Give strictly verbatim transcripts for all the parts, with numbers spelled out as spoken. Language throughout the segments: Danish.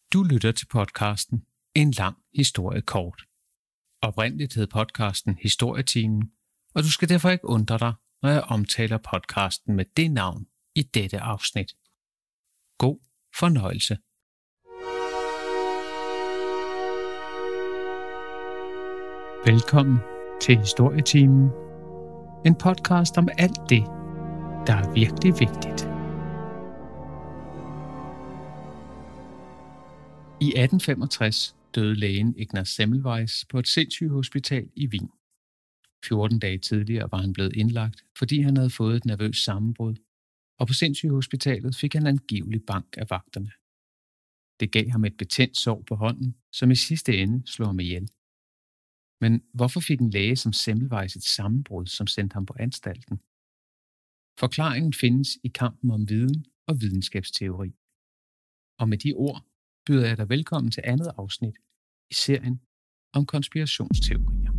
Du lytter til podcasten En lang historie kort. Oprindeligt hed podcasten Historietimen, og du skal derfor ikke undre dig, når jeg omtaler podcasten med det navn i dette afsnit. God fornøjelse. Velkommen til Historietimen, en podcast om alt det, der er virkelig vigtigt. I atten femogtres døde lægen Ignaz Semmelweis på et sindssygehospital i Wien. fjorten dage tidligere var han blevet indlagt, fordi han havde fået et nervøst sammenbrud, og på sindssygehospitalet fik han angiveligt bank af vagterne. Det gav ham et betændt sår på hånden, som i sidste ende slog ham ihjel. Men hvorfor fik en læge som Semmelweis et sammenbrud, som sendte ham på anstalten? Forklaringen findes i kampen om viden og videnskabsteori. Og med de ord byder jeg dig velkommen til andet afsnit i serien om konspirationsteorier.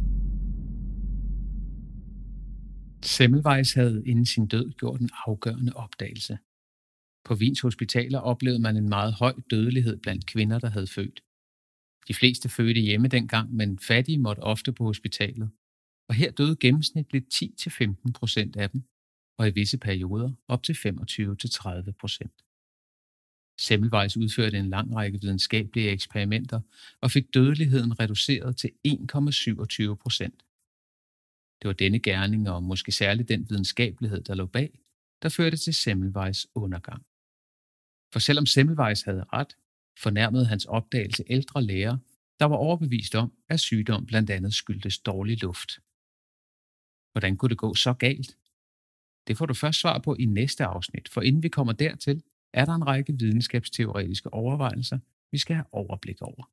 Semmelweis havde inden sin død gjort en afgørende opdagelse. På Wiens hospitaler oplevede man en meget høj dødelighed blandt kvinder, der havde født. De fleste fødte hjemme dengang, men fattige måtte ofte på hospitalet. Og her døde gennemsnitligt ti til femten procent af dem, og i visse perioder op til femogtyve til tredive procent. Semmelweis udførte en lang række videnskabelige eksperimenter og fik dødeligheden reduceret til en komma syvogtyve procent. Det var denne gerning og måske særligt den videnskabelighed, der lå bag, der førte til Semmelweis' undergang. For selvom Semmelweis havde ret, fornærmede hans opdagelse ældre læger, der var overbevist om, at sygdom blandt andet skyldtes dårlig luft. Hvordan kunne det gå så galt? Det får du først svar på i næste afsnit, for inden vi kommer dertil, er der en række videnskabsteoretiske overvejelser, vi skal have overblik over.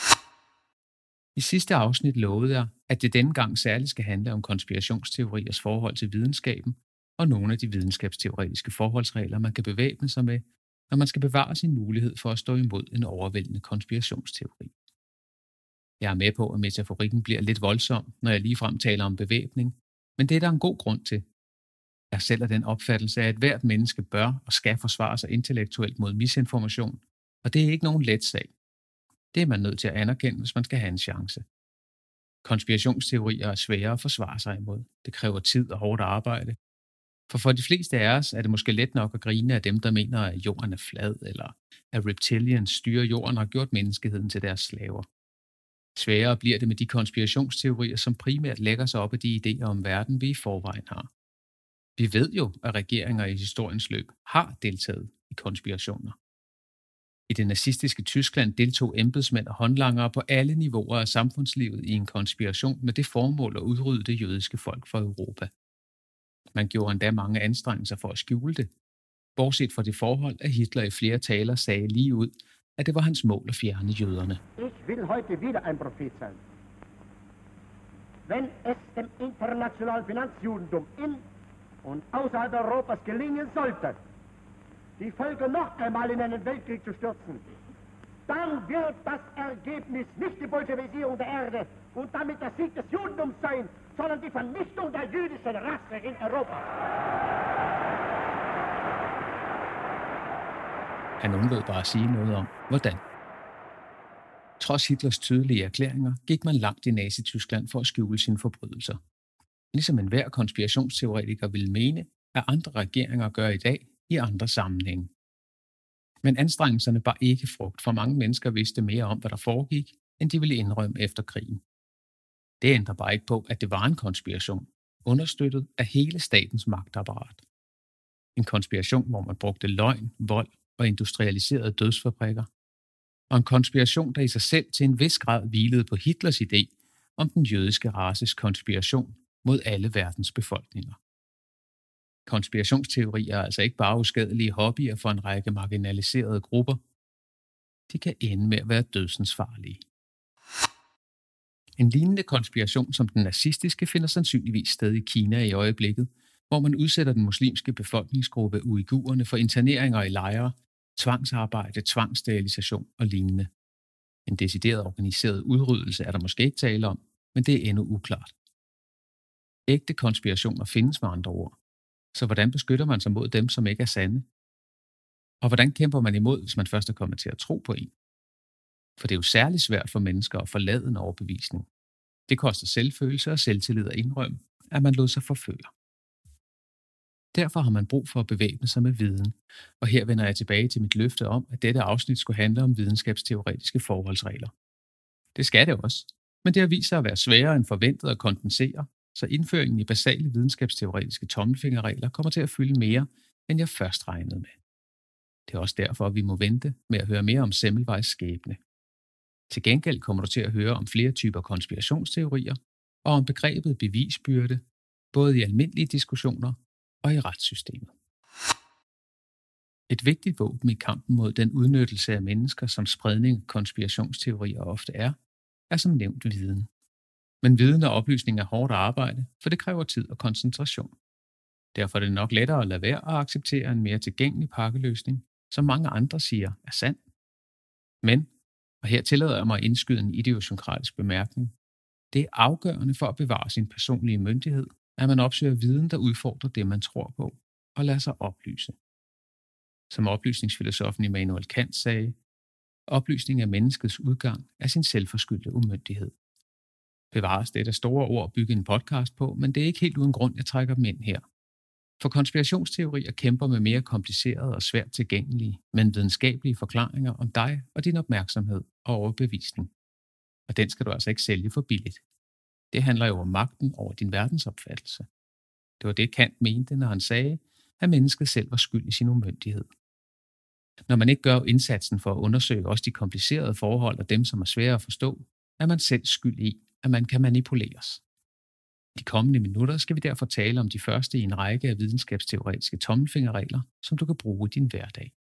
I sidste afsnit lovede jeg, at det denne gang særligt skal handle om konspirationsteoriers forhold til videnskaben og nogle af de videnskabsteoretiske forholdsregler, man kan bevæbne sig med, når man skal bevare sin mulighed for at stå imod en overvældende konspirationsteori. Jeg er med på, at metaforikken bliver lidt voldsom, når jeg ligefrem taler om bevæbning, men det er der en god grund til. Jeg selv er den opfattelse af, at hvert menneske bør og skal forsvare sig intellektuelt mod misinformation, og det er ikke nogen let sag. Det er man nødt til at anerkende, hvis man skal have en chance. Konspirationsteorier er svære at forsvare sig imod. Det kræver tid og hårdt arbejde. For for de fleste af os er det måske let nok at grine af dem, der mener, at jorden er flad, eller at reptilians styrer jorden og har gjort menneskeheden til deres slaver. Sværere bliver det med de konspirationsteorier, som primært lægger sig op af de idéer om verden, vi i forvejen har. Vi ved jo, at regeringer i historiens løb har deltaget i konspirationer. I det nazistiske Tyskland deltog embedsmænd og håndlangere på alle niveauer af samfundslivet i en konspiration med det formål at udrydde det jødiske folk fra Europa. Man gjorde endda mange anstrengelser for at skjule det, bortset fra det forhold, at Hitler i flere taler sagde lige ud, at det var hans mål at fjerne jøderne. Ich will heute wieder ein Prophet sein. Wenn es dem internationalen Finanzjudentum in und außerhalb Europas gelingen sollte, die Völker noch einmal in einen Weltkrieg zu stürzen, dann wird das Ergebnis nicht die Bolschewisierung der Erde und damit der Sieg des Judentums sein, sondern die Vernichtung der jüdischen Rasse in Europa. Han undlod bare at sige noget om, hvordan. Trods Hitlers tydelige erklæringer gik man langt i Nazi-Tyskland for at skjule sine forbrydelser. Ligesom enhver konspirationsteoretiker ville mene, at andre regeringer gør i dag i andre sammenhænge. Men anstrengelserne bar ikke frugt, for mange mennesker vidste mere om, hvad der foregik, end de ville indrømme efter krigen. Det ændrer bare ikke på, at det var en konspiration, understøttet af hele statens magtapparat. En konspiration, hvor man brugte løgn, vold og industrialiserede dødsfabrikker. Og en konspiration, der i sig selv til en vis grad hvilede på Hitlers idé om den jødiske races konspiration mod alle verdens befolkninger. Konspirationsteorier er altså ikke bare uskadelige hobbyer for en række marginaliserede grupper. De kan ende med at være dødsensfarlige. En lignende konspiration som den nazistiske finder sandsynligvis sted i Kina i øjeblikket, hvor man udsætter den muslimske befolkningsgruppe uigurerne for interneringer i lejre, tvangsarbejde, tvangssterilisation og lignende. En decideret organiseret udryddelse er der måske ikke tale om, men det er endnu uklart. Ægte konspirationer findes med andre ord. Så hvordan beskytter man sig mod dem, som ikke er sande? Og hvordan kæmper man imod, hvis man først er kommet til at tro på en? For det er jo særligt svært for mennesker at forlade en overbevisning. Det koster selvfølelse og selvtillid at indrømme, at man lod sig forføre. Derfor har man brug for at bevæbne sig med viden, og her vender jeg tilbage til mit løfte om, at dette afsnit skulle handle om videnskabsteoretiske forholdsregler. Det skal det også, men det har vist sig at være sværere end forventet at kondensere, så indføringen i basale videnskabsteoretiske tommelfingerregler kommer til at fylde mere, end jeg først regnede med. Det er også derfor, at vi må vente med at høre mere om Semmelweis skæbne. Til gengæld kommer du til at høre om flere typer konspirationsteorier og om begrebet bevisbyrde, både i almindelige diskussioner og i retssystemet. Et vigtigt våben i kampen mod den udnyttelse af mennesker, som spredning af konspirationsteorier ofte er, er som nævnt viden. Men viden og oplysning er hårdt arbejde, for det kræver tid og koncentration. Derfor er det nok lettere at lade være at acceptere en mere tilgængelig pakkeløsning, som mange andre siger er sand. Men, og her tillader jeg mig at indskyde en idiosynkratisk bemærkning, det er afgørende for at bevare sin personlige myndighed, at man opsøger viden, der udfordrer det, man tror på, og lader sig oplyse. Som oplysningsfilosofen Immanuel Kant sagde, oplysning af menneskets udgang er sin selvforskyldte umyndighed. Bevares, det er der store ord at bygge en podcast på, men det er ikke helt uden grund, jeg trækker dem ind her. For konspirationsteorier kæmper med mere komplicerede og svært tilgængelige, men videnskabelige forklaringer om dig og din opmærksomhed og overbevisning. Og den skal du altså ikke sælge for billigt. Det handler jo om magten over din verdensopfattelse. Det var det, Kant mente, når han sagde, at mennesket selv var skyld i sin umyndighed. Når man ikke gør indsatsen for at undersøge også de komplicerede forhold og dem, som er svære at forstå, er man selv skyld i, at man kan manipuleres. I de kommende minutter skal vi derfor tale om de første i en række af videnskabsteoretiske tommelfingerregler, som du kan bruge i din hverdag.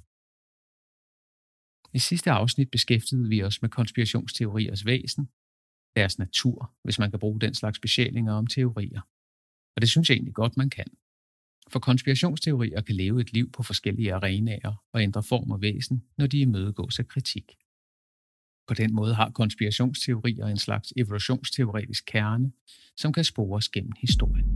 I sidste afsnit beskæftigede vi os med konspirationsteoriers væsen, deres natur, hvis man kan bruge den slags besjælinger om teorier. Og det synes jeg egentlig godt, man kan. For konspirationsteorier kan leve et liv på forskellige arenaer og ændre form og væsen, når de imødegås af kritik. På den måde har konspirationsteorier en slags evolutionsteoretisk kerne, som kan spores gennem historien.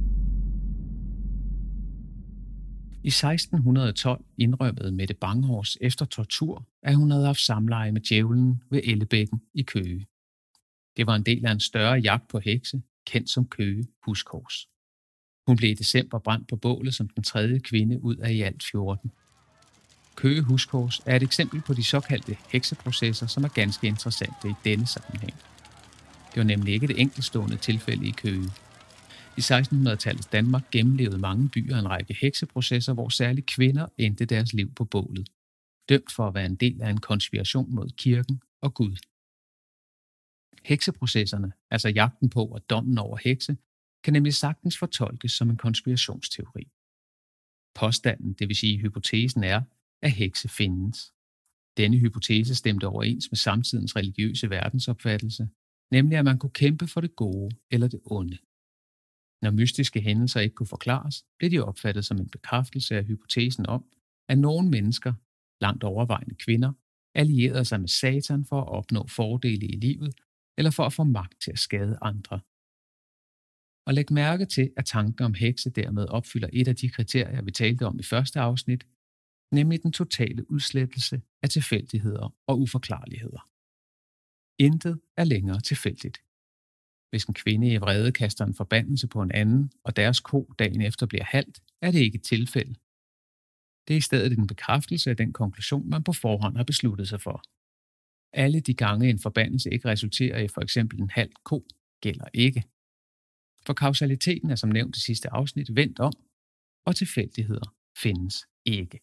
I seksten tolv indrømmede Mette Banghorst efter tortur, at hun havde haft samleje med djævlen ved Ellebækken i Køge. Det var en del af en større jagt på hekse, kendt som Køge Huskors. Hun blev i december brændt på bålet som den tredje kvinde ud af i alt fjorten. Køge Huskors er et eksempel på de såkaldte hekseprocesser, som er ganske interessante i denne sammenhæng. Det var nemlig ikke et enkeltstående tilfælde i Køge. I sekstenhundredetallets Danmark gennemlevede mange byer en række hekseprocesser, hvor særligt kvinder endte deres liv på bålet, dømt for at være en del af en konspiration mod kirken og Gud. Hekseprocesserne, altså jagten på og dommen over hekse, kan nemlig sagtens fortolkes som en konspirationsteori. Påstanden, det vil sige hypotesen, er, at hekse findes. Denne hypotese stemte overens med samtidens religiøse verdensopfattelse, nemlig at man kunne kæmpe for det gode eller det onde. Når mystiske hændelser ikke kunne forklares, blev de opfattet som en bekræftelse af hypotesen om, at nogle mennesker, langt overvejende kvinder, allierede sig med Satan for at opnå fordele i livet eller for at få magt til at skade andre. Og læg mærke til, at tanken om hekse dermed opfylder et af de kriterier, vi talte om i første afsnit, nemlig den totale udslettelse af tilfældigheder og uforklarligheder. Intet er længere tilfældigt. Hvis en kvinde i vrede kaster en forbandelse på en anden, og deres ko dagen efter bliver halt, er det ikke et tilfælde. Det er i stedet en bekræftelse af den konklusion, man på forhånd har besluttet sig for. Alle de gange en forbandelse ikke resulterer i for eksempel en halt ko, gælder ikke. For kausaliteten er som nævnt i sidste afsnit vendt om, og tilfældigheder findes ikke.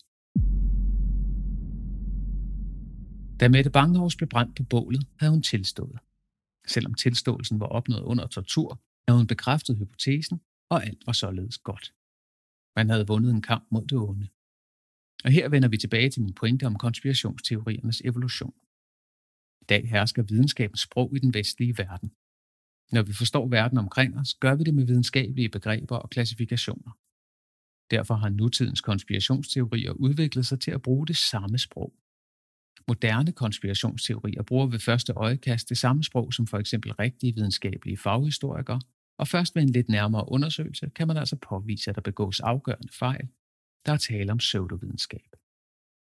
Da Mette Banghorst blev brændt på bålet, havde hun tilstået. Selvom tilståelsen var opnået under tortur, havde hun bekræftet hypotesen, og alt var således godt. Man havde vundet en kamp mod det onde. Og her vender vi tilbage til min pointe om konspirationsteoriernes evolution. I dag hersker videnskabens sprog i den vestlige verden. Når vi forstår verden omkring os, gør vi det med videnskabelige begreber og klassifikationer. Derfor har nutidens konspirationsteorier udviklet sig til at bruge det samme sprog. Moderne konspirationsteorier bruger ved første øjekast det samme sprog som for eksempel rigtige videnskabelige faghistorikere, og først ved en lidt nærmere undersøgelse kan man altså påvise, at der begås afgørende fejl, der er tale om pseudovidenskab.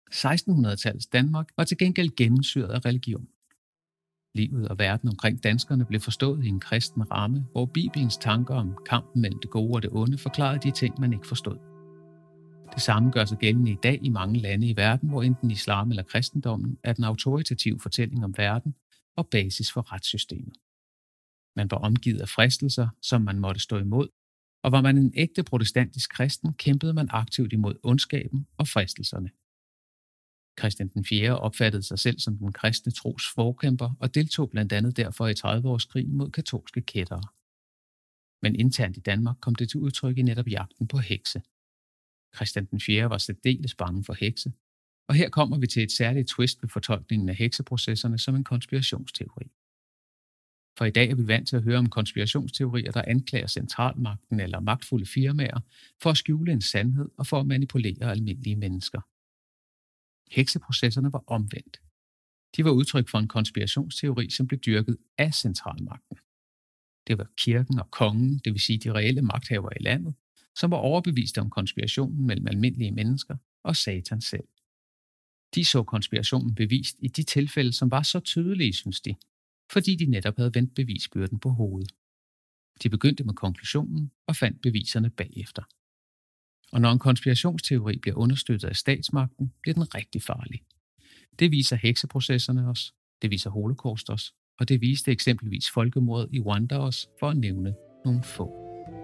sekstenhundredetallets Danmark var til gengæld gennemsyret af religion. Livet og verden omkring danskerne blev forstået i en kristen ramme, hvor Bibelens tanker om kampen mellem det gode og det onde forklarede de ting, man ikke forstod. Det samme gør sig gældende i dag i mange lande i verden, hvor enten islam eller kristendommen er den autoritative fortælling om verden og basis for retssystemet. Man var omgivet af fristelser, som man måtte stå imod, og var man en ægte protestantisk kristen, kæmpede man aktivt imod ondskaben og fristelserne. Christian den fjerde opfattede sig selv som den kristne tros forkæmper og deltog blandt andet derfor i tredive-årskrigen mod katolske kættere. Men internt i Danmark kom det til udtryk i netop jagten på hekse. Christian den fjerde var særdeles bange for hekse, og her kommer vi til et særligt twist ved fortolkningen af hekseprocesserne som en konspirationsteori. For i dag er vi vant til at høre om konspirationsteorier, der anklager centralmagten eller magtfulde firmaer for at skjule en sandhed og for at manipulere almindelige mennesker. Hekseprocesserne var omvendt. De var udtryk for en konspirationsteori, som blev dyrket af centralmagten. Det var kirken og kongen, det vil sige de reelle magthavere i landet, som var overbeviste om konspirationen mellem almindelige mennesker og Satan selv. De så konspirationen bevist i de tilfælde, som var så tydelige, synes de, fordi de netop havde vendt bevisbyrden på hovedet. De begyndte med konklusionen og fandt beviserne bagefter. Og når en konspirationsteori bliver understøttet af statsmagten, bliver den rigtig farlig. Det viser hekseprocesserne os, det viser Holocaust os, og det viste eksempelvis folkemordet i Rwanda os, for at nævne nogle få.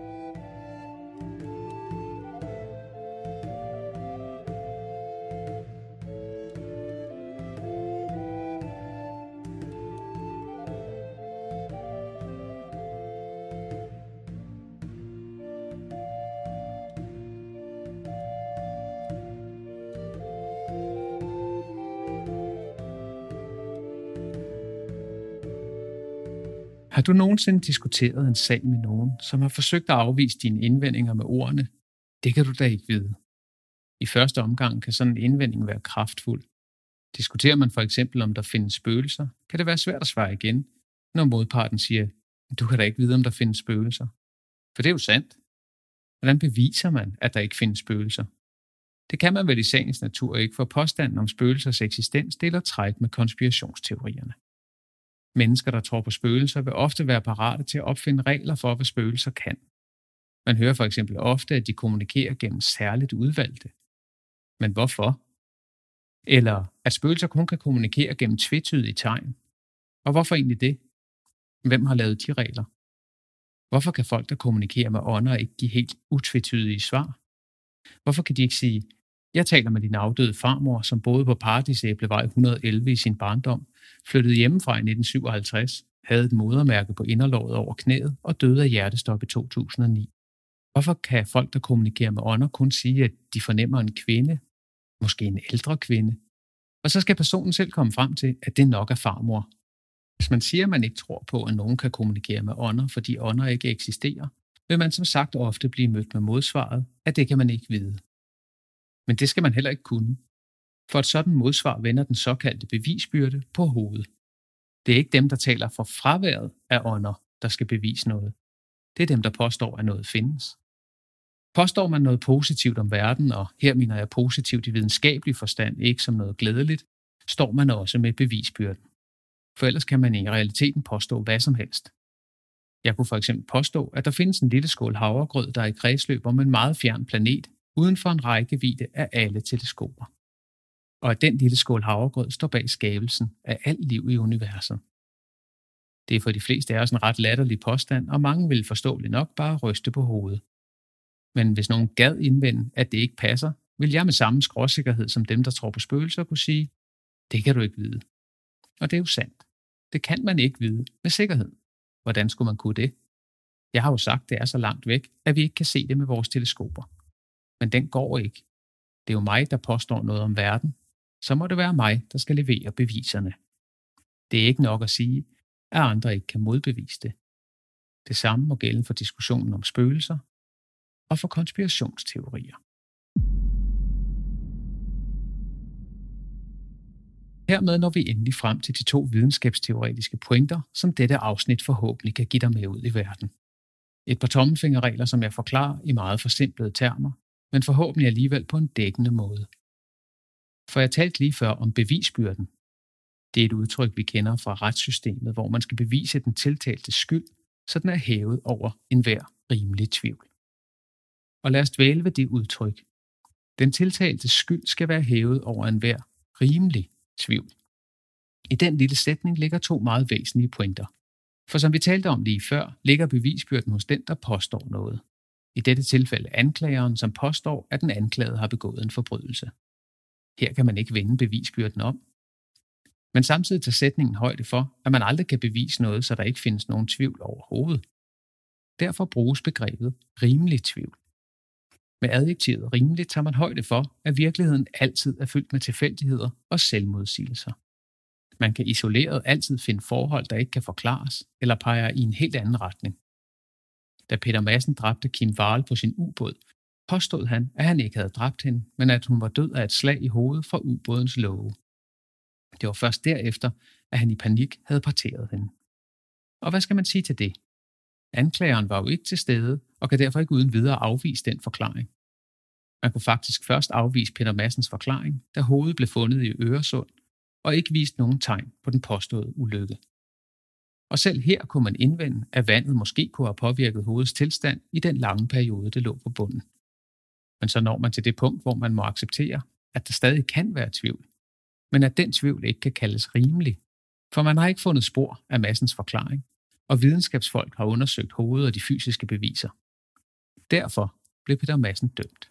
Har du nogensinde diskuteret en sag med nogen, som har forsøgt at afvise dine indvendinger med ordene? Det kan du da ikke vide. I første omgang kan sådan en indvending være kraftfuld. Diskuterer man for eksempel, om der findes spøgelser, kan det være svært at svare igen, når modparten siger, du kan da ikke vide, om der findes spøgelser. For det er jo sandt. Hvordan beviser man, at der ikke findes spøgelser? Det kan man vel i sagens natur ikke, for påstanden om spøgelsers eksistens deler træk med konspirationsteorierne. Mennesker, der tror på spøgelser, vil ofte være parate til at opfinde regler for, hvad spøgelser kan. Man hører for eksempel ofte, at de kommunikerer gennem særligt udvalgte. Men hvorfor? Eller at spøgelser kun kan kommunikere gennem tvetydige tegn. Og hvorfor egentlig det? Hvem har lavet de regler? Hvorfor kan folk, der kommunikerer med ånder, ikke give helt utvetydige svar? Hvorfor kan de ikke sige, jeg taler med din afdøde farmor, som boede på Paradisæblevej et hundrede og elleve i sin barndom, flyttede hjemmefra i nitten syvoghalvtreds, havde et modermærke på inderlåret over knæet og døde af hjertestop i to tusind og ni. Hvorfor kan folk, der kommunikerer med ånder, kun sige, at de fornemmer en kvinde, måske en ældre kvinde, og så skal personen selv komme frem til, at det nok er farmor? Hvis man siger, at man ikke tror på, at nogen kan kommunikere med ånder, fordi ånder ikke eksisterer, vil man som sagt ofte blive mødt med modsvaret, at det kan man ikke vide. Men det skal man heller ikke kunne. For et sådan modsvar vender den såkaldte bevisbyrde på hovedet. Det er ikke dem, der taler for fraværet af ånder, der skal bevise noget. Det er dem, der påstår, at noget findes. Påstår man noget positivt om verden, og her mener jeg positivt i videnskabelig forstand, ikke som noget glædeligt, står man også med bevisbyrden. For ellers kan man i realiteten påstå hvad som helst. Jeg kunne for eksempel påstå, at der findes en lille skål havregrød, der er i kredsløb om en meget fjern planet, uden for en rækkevidde af alle teleskoper. Og at den lille skål havregrød står bag skabelsen af alt liv i universet. Det er for de fleste af os en ret latterlig påstand, og mange vil forståeligt nok bare ryste på hovedet. Men hvis nogen gad indvende, at det ikke passer, vil jeg med samme skråsikkerhed som dem, der tror på spøgelser, kunne sige, det kan du ikke vide. Og det er jo sandt. Det kan man ikke vide med sikkerhed. Hvordan skulle man kunne det? Jeg har jo sagt, det er så langt væk, at vi ikke kan se det med vores teleskoper. Men den går ikke. Det er jo mig, der påstår noget om verden. Så må det være mig, der skal levere beviserne. Det er ikke nok at sige, at andre ikke kan modbevise det. Det samme må gælde for diskussionen om spøgelser og for konspirationsteorier. Hermed når vi endelig frem til de to videnskabsteoretiske pointer, som dette afsnit forhåbentlig kan give dig med ud i verden. Et par tommelfingerregler, som jeg forklarer i meget forsimplede termer, men forhåbentlig alligevel på en dækkende måde. For jeg talte lige før om bevisbyrden. Det er et udtryk, vi kender fra retssystemet, hvor man skal bevise den tiltalte skyld, så den er hævet over enhver rimelig tvivl. Og lad os dvæle ved det udtryk. Den tiltalte skyld skal være hævet over enhver rimelig tvivl. I den lille sætning ligger to meget væsentlige pointer. For som vi talte om lige før, ligger bevisbyrden hos den, der påstår noget. I dette tilfælde anklageren, som påstår, at den anklagede har begået en forbrydelse. Her kan man ikke vende bevisbyrden om. Men samtidig tager sætningen højde for, at man aldrig kan bevise noget, så der ikke findes nogen tvivl overhovedet. Derfor bruges begrebet rimelig tvivl. Med adjektivet rimelig tager man højde for, at virkeligheden altid er fyldt med tilfældigheder og selvmodsigelser. Man kan isoleret altid finde forhold, der ikke kan forklares, eller peger i en helt anden retning. Da Peter Madsen dræbte Kim Wahl på sin ubåd, påstod han, at han ikke havde dræbt hende, men at hun var død af et slag i hovedet fra ubådens låge. Det var først derefter, at han i panik havde parteret hende. Og hvad skal man sige til det? Anklageren var jo ikke til stede, og kan derfor ikke uden videre afvise den forklaring. Man kunne faktisk først afvise Peter Madsens forklaring, da hovedet blev fundet i Øresund, og ikke viste nogen tegn på den påståede ulykke. Og selv her kunne man indvende, at vandet måske kunne have påvirket hovedets tilstand i den lange periode, det lå på bunden. Men så når man til det punkt, hvor man må acceptere, at der stadig kan være tvivl, men at den tvivl ikke kan kaldes rimelig, for man har ikke fundet spor af Madsens forklaring, og videnskabsfolk har undersøgt hovedet og de fysiske beviser. Derfor blev Peter Madsen dømt.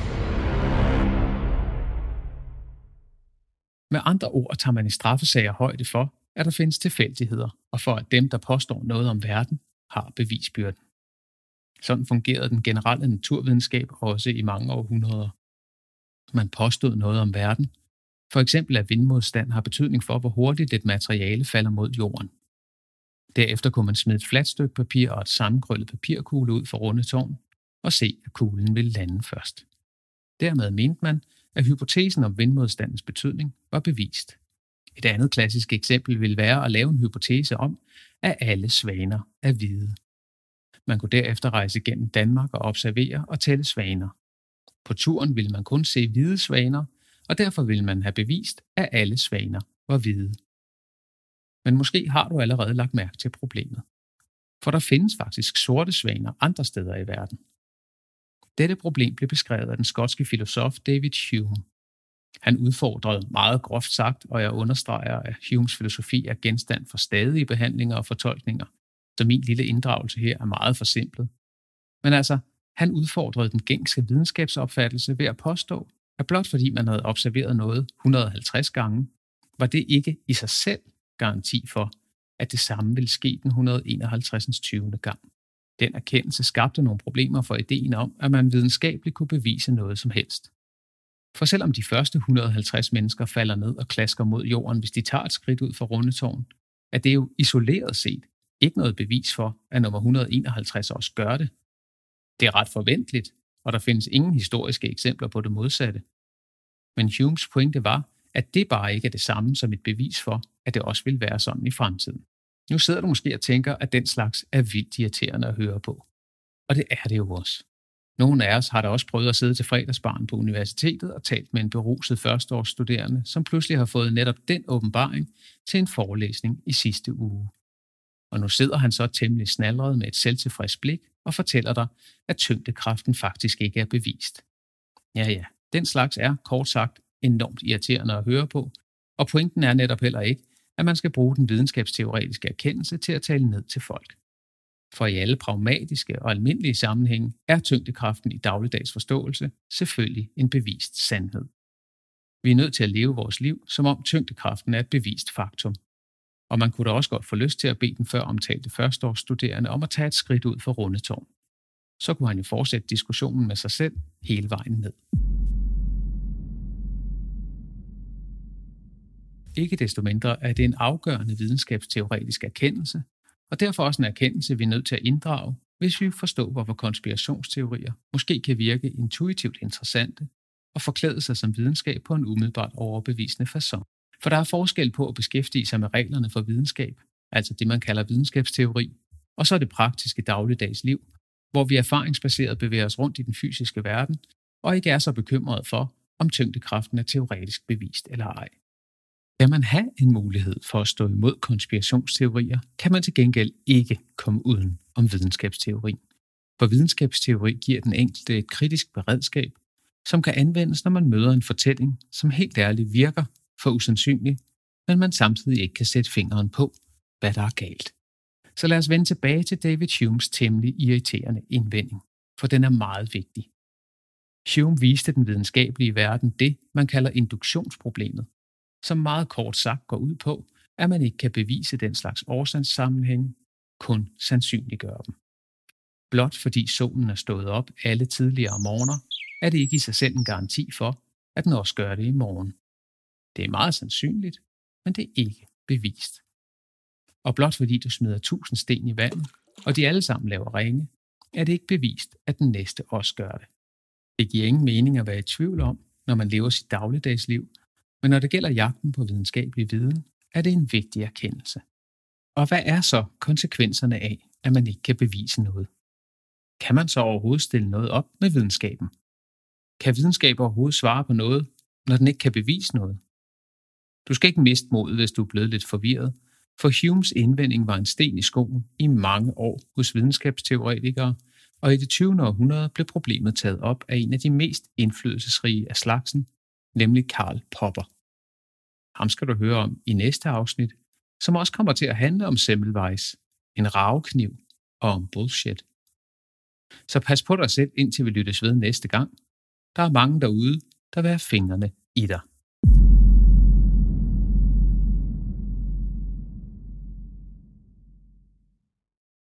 Med andre ord tager man i straffesager højde for, at der findes tilfældigheder, og for at dem, der påstår noget om verden, har bevisbyrden. Sådan fungerede den generelle naturvidenskab også i mange århundreder. Man påstod noget om verden, for eksempel at vindmodstand har betydning for, hvor hurtigt et materiale falder mod jorden. Derefter kunne man smide et fladt stykke papir og et sammenkrøllet papirkugle ud for rundetårn og se, at kuglen ville lande først. Dermed mente man, at hypotesen om vindmodstandens betydning var bevist. Et andet klassisk eksempel ville være at lave en hypotese om, at alle svaner er hvide. Man kunne derefter rejse gennem Danmark og observere og tælle svaner. På turen ville man kun se hvide svaner, og derfor ville man have bevist, at alle svaner var hvide. Men måske har du allerede lagt mærke til problemet. For der findes faktisk sorte svaner andre steder i verden. Dette problem blev beskrevet af den skotske filosof David Hume. Han udfordrede meget groft sagt, og jeg understreger, at Humes filosofi er genstand for stadige behandlinger og fortolkninger, så min lille inddragelse her er meget forsimplet. Men altså, han udfordrede den gængse videnskabsopfattelse ved at påstå, at blot fordi man havde observeret noget et hundrede og halvtreds gange, var det ikke i sig selv garanti for, at det samme ville ske den et hundrede og enoghalvtreds tyvende gang. Den erkendelse skabte nogle problemer for ideen om, at man videnskabeligt kunne bevise noget som helst. For selvom de første et hundrede og halvtreds mennesker falder ned og klasker mod jorden, hvis de tager et skridt ud fra rundetårn, er det jo isoleret set ikke noget bevis for, at nummer et hundrede og enoghalvtreds også gør det. Det er ret forventeligt, og der findes ingen historiske eksempler på det modsatte. Men Humes pointe var, at det bare ikke er det samme som et bevis for, at det også vil være sådan i fremtiden. Nu sidder du måske og tænker, at den slags er vildt irriterende at høre på. Og det er det jo også. Nogle af os har da også prøvet at sidde til fredagsbaren på universitetet og talt med en beruset førsteårsstuderende, som pludselig har fået netop den åbenbaring til en forelæsning i sidste uge. Og nu sidder han så temmelig snalret med et selvtilfreds blik og fortæller dig, at tyngdekraften faktisk ikke er bevist. Ja ja, den slags er kort sagt enormt irriterende at høre på, og pointen er netop heller ikke, at man skal bruge den videnskabsteoretiske erkendelse til at tale ned til folk. For i alle pragmatiske og almindelige sammenhænge er tyngdekraften i dagligdags forståelse selvfølgelig en bevist sandhed. Vi er nødt til at leve vores liv, som om tyngdekraften er et bevist faktum. Og man kunne da også godt få lyst til at bede den før omtalte førsteårsstuderende om at tage et skridt ud for rundetårn. Så kunne han jo fortsætte diskussionen med sig selv hele vejen ned. Ikke desto mindre er det en afgørende videnskabsteoretisk erkendelse, og derfor også en erkendelse, vi er nødt til at inddrage, hvis vi forstår, hvorfor konspirationsteorier måske kan virke intuitivt interessante og forklæde sig som videnskab på en umiddelbart overbevisende facon. For der er forskel på at beskæftige sig med reglerne for videnskab, altså det man kalder videnskabsteori, og så er det praktiske dagligdags liv, hvor vi erfaringsbaseret bevæger os rundt i den fysiske verden, og ikke er så bekymrede for, om tyngdekraften er teoretisk bevist eller ej. Kan man have en mulighed for at stå imod konspirationsteorier, kan man til gengæld ikke komme uden om videnskabsteori. For videnskabsteori giver den enkelte et kritisk beredskab, som kan anvendes, når man møder en fortælling, som helt ærligt virker for usandsynlig, men man samtidig ikke kan sætte fingeren på, hvad der er galt. Så lad os vende tilbage til David Humes temmelig irriterende indvending, for den er meget vigtig. Hume viste den videnskabelige verden det, man kalder induktionsproblemet, som meget kort sagt går ud på, at man ikke kan bevise den slags årsagssammenhænge, kun sandsynliggøre dem. Blot fordi solen er stået op alle tidligere morgener, er det ikke i sig selv en garanti for, at den også gør det i morgen. Det er meget sandsynligt, men det er ikke bevist. Og blot fordi du smider tusind sten i vandet, og de alle sammen laver ringe, er det ikke bevist, at den næste også gør det. Det giver ingen mening at være i tvivl om, når man lever sit dagligdagsliv, men når det gælder jagten på videnskabelig viden, er det en vigtig erkendelse. Og hvad er så konsekvenserne af, at man ikke kan bevise noget? Kan man så overhovedet stille noget op med videnskaben? Kan videnskab overhovedet svare på noget, når den ikke kan bevise noget? Du skal ikke miste modet, hvis du er blevet lidt forvirret, for Humes indvending var en sten i skoen i mange år hos videnskabsteoretikere, og i det tyvende århundrede blev problemet taget op af en af de mest indflydelsesrige af slagsen, nemlig Karl Popper. Ham skal du høre om i næste afsnit, som også kommer til at handle om Semmelweis, en ravekniv og om bullshit. Så pas på dig selv, indtil vi lyttes ved næste gang. Der er mange derude, der vil have fingrene i dig.